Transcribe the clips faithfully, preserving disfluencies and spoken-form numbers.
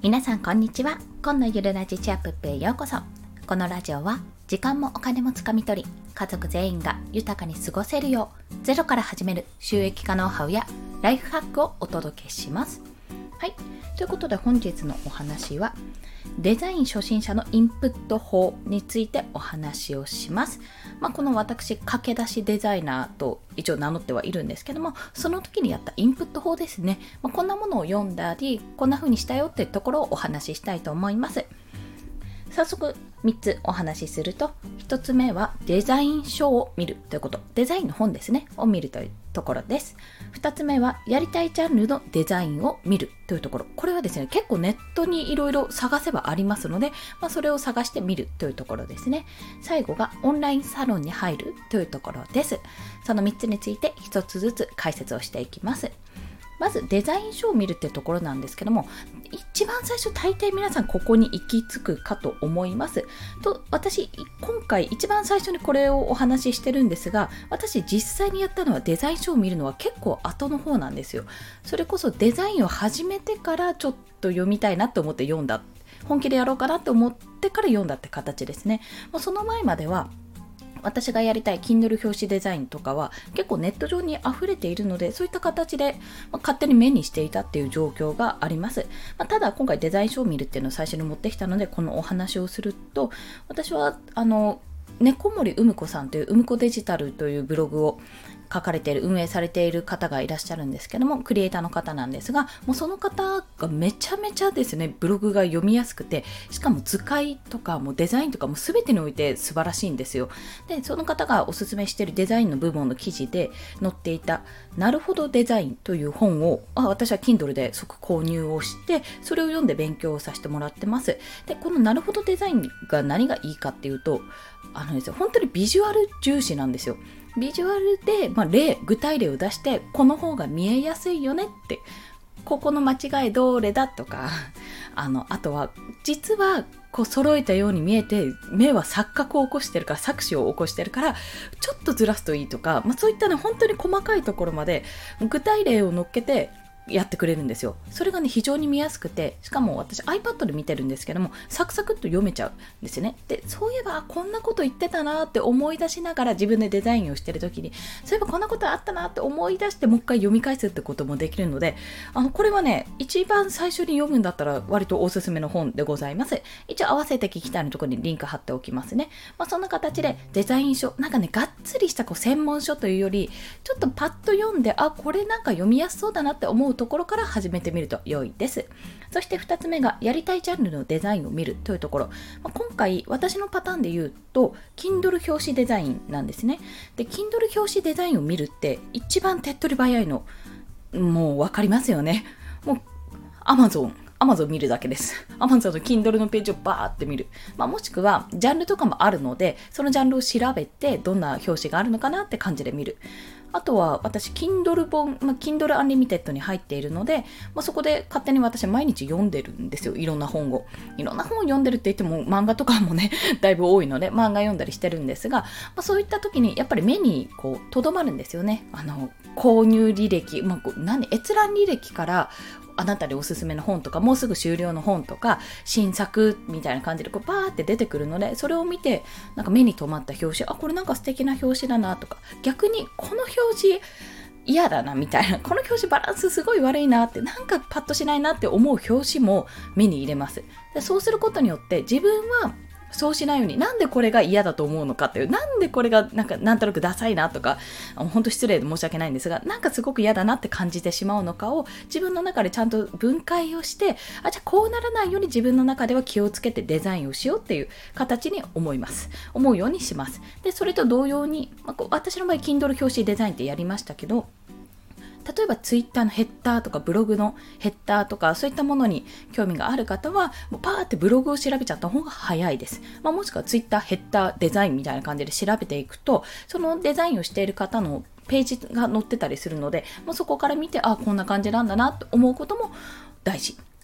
皆さんこんにちは。今のゆるラジチアップップへようこそ。このラジオは時間もお金もつかみ取り、家族全員が豊かに過ごせるようゼロから始める収益化ノウハウやライフハックをお届けします。はい、ということで本日のお話はデザイン初心者のインプット法についてお話をします。まあ、この私駆け出しデザイナーと一応名乗ってはいるんですけども、その時にやったインプット法ですね。まあ、こんなものを読んだりこんな風にしたよっていうところをお話ししたいと思います。早速みっつお話しすると、ひとつめはデザイン書を見るということ、デザインの本ですねを見るというところです。ふたつめはやりたいジャンルのデザインを見るというところ、これはですね結構ネットにいろいろ探せばありますので、まあ、それを探してみるというところですね。最後がオンラインサロンに入るというところです。そのみっつについてひとつずつ解説をしていきます。まずデザイン書を見るってところなんですけども、一番最初大抵皆さんここに行き着くかと思いますと、私今回一番最初にこれをお話ししてるんですが、私実際にやったのはデザイン書を見るのは結構後の方なんですよ。それこそデザインを始めてからちょっと読みたいなと思って読んだ、本気でやろうかなと思ってから読んだって形ですね。もうその前までは私がやりたい Kindle 表紙デザインとかは結構ネット上に溢れているので、そういった形で勝手に目にしていたっていう状況があります。まあ、ただ今回デザイン書を見るっていうのを最初に持ってきたので、このお話をすると、私はあの猫森うむこさんといううむこデジタルというブログを書かれている運営されている方がいらっしゃるんですけども、クリエイターの方なんですが、もうその方がめちゃめちゃですねブログが読みやすくて、しかも図解とかもデザインとかも全てにおいて素晴らしいんですよ。でその方がおすすめしているデザインの部門の記事で載っていたなるほどデザインという本をあ私は Kindle で即購入をして、それを読んで勉強をさせてもらってます。でこのなるほどデザインが何がいいかっていうと、あのですよ、本当にビジュアル重視なんですよ。ビジュアルで、まあ、例具体例を出して、この方が見えやすいよねって、ここの間違いどれだとか、あのあとは実はこう揃えたように見えて目は錯覚を起こしてるから、錯視を起こしてるからちょっとずらすといいとか、まあ、そういったね本当に細かいところまで具体例を乗っけてやってくれるんですよ。それがね非常に見やすくて、しかも私 iPad で見てるんですけども、サクサクっと読めちゃうんですよね。でそういえばこんなこと言ってたなって思い出しながら、自分でデザインをしてる時にそういえばこんなことあったなって思い出して、もう一回読み返すってこともできるので、あのこれはね一番最初に読むんだったら割とおすすめの本でございます。一応合わせて聞きたいのところにリンク貼っておきますね。まあ、そんな形でデザイン書、なんかねがっつりしたこう専門書というより、ちょっとパッと読んで、あこれなんか読みやすそうだなって思うところから始めてみると良いです。そしてふたつめがやりたいジャンルのデザインを見るというところ、まあ、今回私のパターンで言うと Kindle 表紙デザインなんですね。で Kindle 表紙デザインを見るって一番手っ取り早いのもう分かりますよね。もう Amazon Amazon 見るだけです。Amazon の Kindle のページをバーって見る。まあ、もしくはジャンルとかもあるので、そのジャンルを調べてどんな表紙があるのかなって感じで見る。あとは私 Kindle 本、まあ、Kindle Unlimited に入っているので、まあ、そこで勝手に私毎日読んでるんですよ。いろんな本をいろんな本を読んでるって言っても漫画とかもねだいぶ多いので漫画読んだりしてるんですが、まあ、そういった時にやっぱり目にこう留まるんですよね。あの購入履歴、まあ、こう何閲覧履歴からあなたでおすすめの本とか、もうすぐ終了の本とか新作みたいな感じでこうバーって出てくるので、それを見てなんか目に留まった表紙、あこれなんか素敵な表紙だなとか、逆にこの表紙嫌だなみたいな、この表紙バランスすごい悪いなって、なんかパッとしないなって思う表紙も目に入れます。でそうすることによって自分はそうしないように、なんでこれが嫌だと思うのかっていう、なんでこれがなんかなんとなくダサいなとか、本当失礼で申し訳ないんですが、なんかすごく嫌だなって感じてしまうのかを自分の中でちゃんと分解をして、あじゃあこうならないように自分の中では気をつけてデザインをしようっていう形に思います思うようにします。でそれと同様に、まあ、こう私の場合 Kindle 表紙デザインってやりましたけど、例えばツイッターのヘッダーとかブログのヘッダーとかそういったものに興味がある方はもうパーってブログを調べちゃった方が早いです。まあ、もしくはツイッターヘッダーデザインみたいな感じで調べていくと、そのデザインをしている方のページが載ってたりするので、もうそこから見てあこんな感じなんだなと思うことも大事。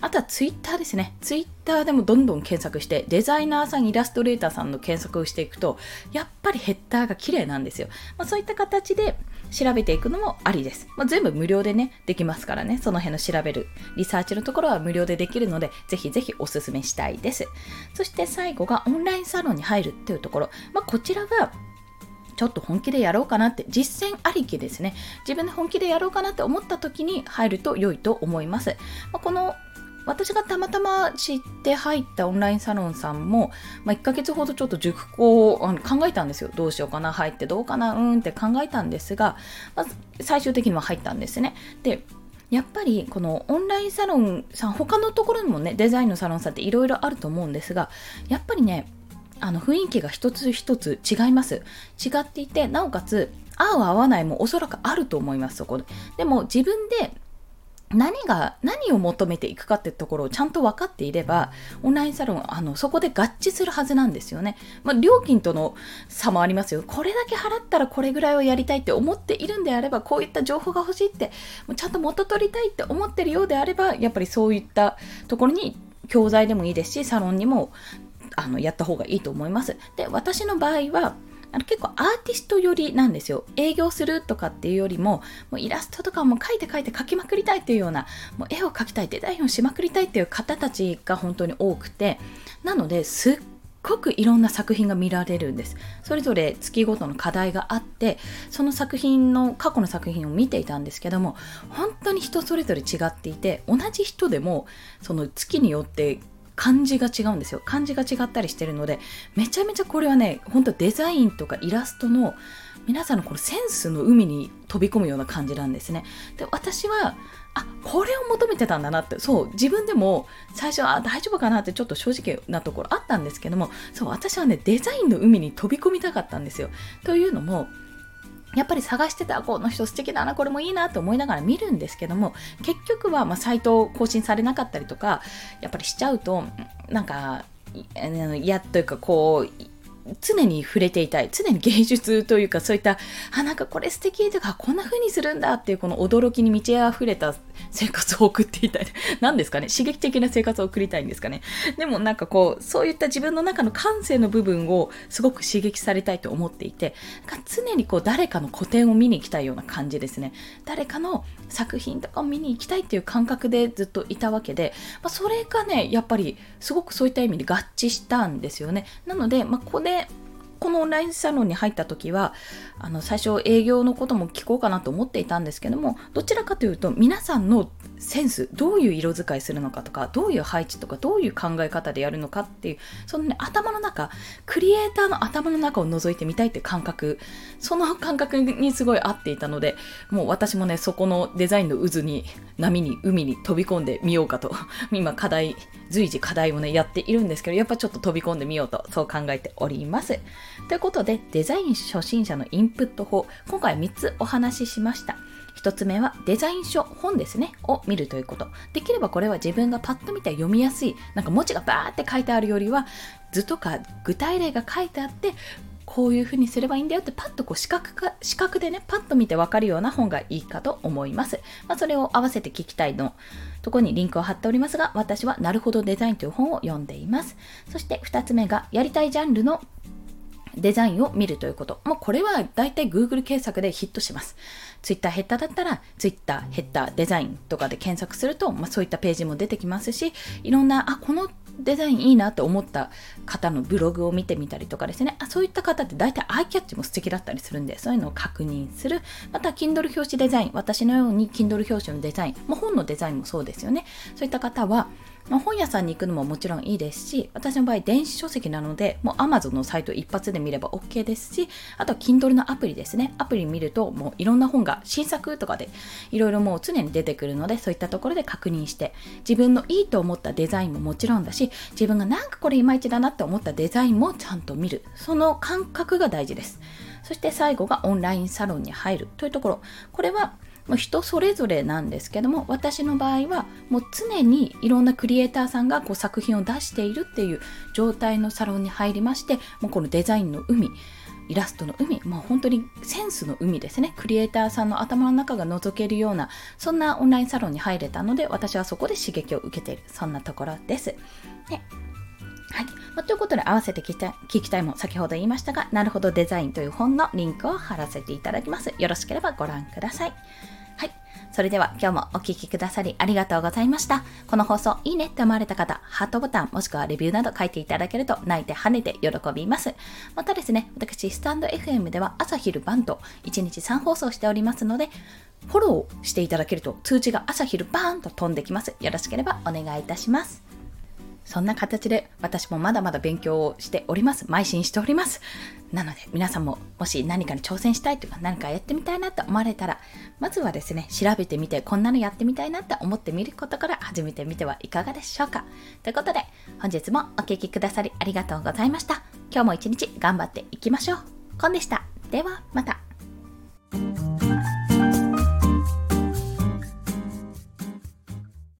あとはツイッターですね。ツイッターでもどんどん検索して、デザイナーさん、イラストレーターさんの検索をしていくと、やっぱりヘッダーが綺麗なんですよ。まあ、そういった形で調べていくのもありです。まあ、全部無料でね、できますからね、その辺の調べる、リサーチのところは無料でできるので、ぜひぜひおすすめしたいです。そして最後がオンラインサロンに入るっていうところ。まあ、こちらは、ちょっと本気でやろうかなって、実践ありきですね。自分で本気でやろうかなって思った時に入ると良いと思います。まあ、この私がたまたま知って入ったオンラインサロンさんも、まあ、いっかげつほどちょっと熟考をあの考えたんですよ。どうしようかな、入ってどうかな、うーんって考えたんですが、まあ、最終的には入ったんですね。で、やっぱりこのオンラインサロンさん、他のところにもね、デザインのサロンさんっていろいろあると思うんですが、やっぱりね、あの雰囲気が一つ一つ違います。違っていて、なおかつ合う合わないもおそらくあると思います。そこで。でも自分で何が何を求めていくかってところをちゃんと分かっていれば、オンラインサロンあのそこで合致するはずなんですよね。まあ、料金との差もありますよ。これだけ払ったらこれぐらいはやりたいって思っているんであれば、こういった情報が欲しいってもうちゃんと元取りたいって思ってるようであれば、やっぱりそういったところに教材でもいいですし、サロンにもあのやった方がいいと思います。で、私の場合はあの結構アーティスト寄りなんですよ。営業するとかっていうよりも、もうイラストとかも描いて描いて描きまくりたいっていうような、もう絵を描きたい、デザインをしまくりたいっていう方たちが本当に多くて、なのですっごくいろんな作品が見られるんです。それぞれ月ごとの課題があって、その作品の過去の作品を見ていたんですけども、本当に人それぞれ違っていて、同じ人でもその月によって漢字が違うんですよ。漢字が違ったりしてるので、めちゃめちゃこれはね、本当デザインとかイラストの皆さんのこのセンスの海に飛び込むような感じなんですね。で、私はあ、これを求めてたんだなって、そう自分でも最初は大丈夫かなってちょっと正直なところあったんですけども、そう私はねデザインの海に飛び込みたかったんですよ。というのも、やっぱり探してた、この人素敵だな、これもいいなと思いながら見るんですけども、結局はまあサイト更新されなかったりとかやっぱりしちゃうと、なんか嫌というか、こう常に触れていたい、常に芸術というか、そういったあ、なんかこれ素敵とか、こんな風にするんだっていうこの驚きに満ち溢れた生活を送っていたい。何ですかね、刺激的な生活を送りたいんですかね。でもなんかこう、そういった自分の中の感性の部分をすごく刺激されたいと思っていて、常にこう誰かの個展を見に行きたいような感じですね。誰かの作品とかを見に行きたいっていう感覚でずっといたわけで、まあ、それがねやっぱりすごくそういった意味で合致したんですよね。なので、まあ、ここでこのオンラインサロンに入った時はあの最初営業のことも聞こうかなと思っていたんですけども、どちらかというと皆さんのセンス、どういう色使いするのかとか、どういう配置とか、どういう考え方でやるのかっていう、そのね頭の中、クリエイターの頭の中を覗いてみたいっていう感覚、その感覚にすごい合っていたので、もう私もねそこのデザインの渦に、波に、海に飛び込んでみようかと今課題随時課題をねやっているんですけど、やっぱちょっと飛び込んでみようとそう考えております。ということで、デザイン初心者のインプット法、今回みっつお話ししました。ひとつめはデザイン書、本ですねを見るということ。できればこれは自分がパッと見て読みやすい、なんか文字がバーって書いてあるよりは、図とか具体例が書いてあって、こういう風にすればいいんだよってパッとこう視覚か視覚でねパッと見て分かるような本がいいかと思います。まあ、それを合わせて聞きたいのところにリンクを貼っておりますが、私はなるほどデザインという本を読んでいます。そしてふたつめがやりたいジャンルのデザインを見るということ。もうこれはだいたい Google 検索でヒットします。Twitter ヘッダーだったら Twitter ヘッダーデザインとかで検索すると、まあ、そういったページも出てきますし、いろんな、あ、このデザインいいなと思った方のブログを見てみたりとかですね、あ、そういった方って大体アイキャッチも素敵だったりするんで、そういうのを確認する。また Kindle 表紙デザイン、私のように Kindle 表紙のデザイン、まあ、本のデザインもそうですよね。そういった方はまあ、本屋さんに行くのももちろんいいですし、私の場合電子書籍なのでもう Amazon のサイト一発で見れば OK ですし、あとは Kindle のアプリですね。アプリ見るともういろんな本が新作とかでいろいろもう常に出てくるので、そういったところで確認して自分のいいと思ったデザインももちろんだし、自分がなんかこれいまいちだなって思ったデザインもちゃんと見る、その感覚が大事です。そして最後がオンラインサロンに入るというところ。これはもう人それぞれなんですけども、私の場合はもう常にいろんなクリエイターさんがこう作品を出しているっていう状態のサロンに入りまして、もうこのデザインの海、 イラストの海、もう本当にセンスの海ですね。クリエイターさんの頭の中が覗けるような、そんなオンラインサロンに入れたので、私はそこで刺激を受けている、そんなところです。ね。はい。まあ、ということで、合わせて聞きたい、聞きたいも先ほど言いましたが、なるほどデザインという本のリンクを貼らせていただきます。よろしければご覧ください。はい。それでは今日もお聞きくださりありがとうございました。この放送いいねって思われた方、ハートボタンもしくはレビューなど書いていただけると泣いて跳ねて喜びます。またですね、私スタンド エフエム では朝昼晩といちにちさん放送しておりますので、フォローしていただけると通知が朝昼バーンと飛んできます。よろしければお願いいたします。そんな形で私もまだまだ勉強をしております。邁進しております。なので皆さんももし何かに挑戦したいとか何かやってみたいなと思われたら、まずはですね、調べてみてこんなのやってみたいなと思ってみることから始めてみてはいかがでしょうか。ということで本日もお聞きくださりありがとうございました。今日も一日頑張っていきましょう。コンでした。ではまた。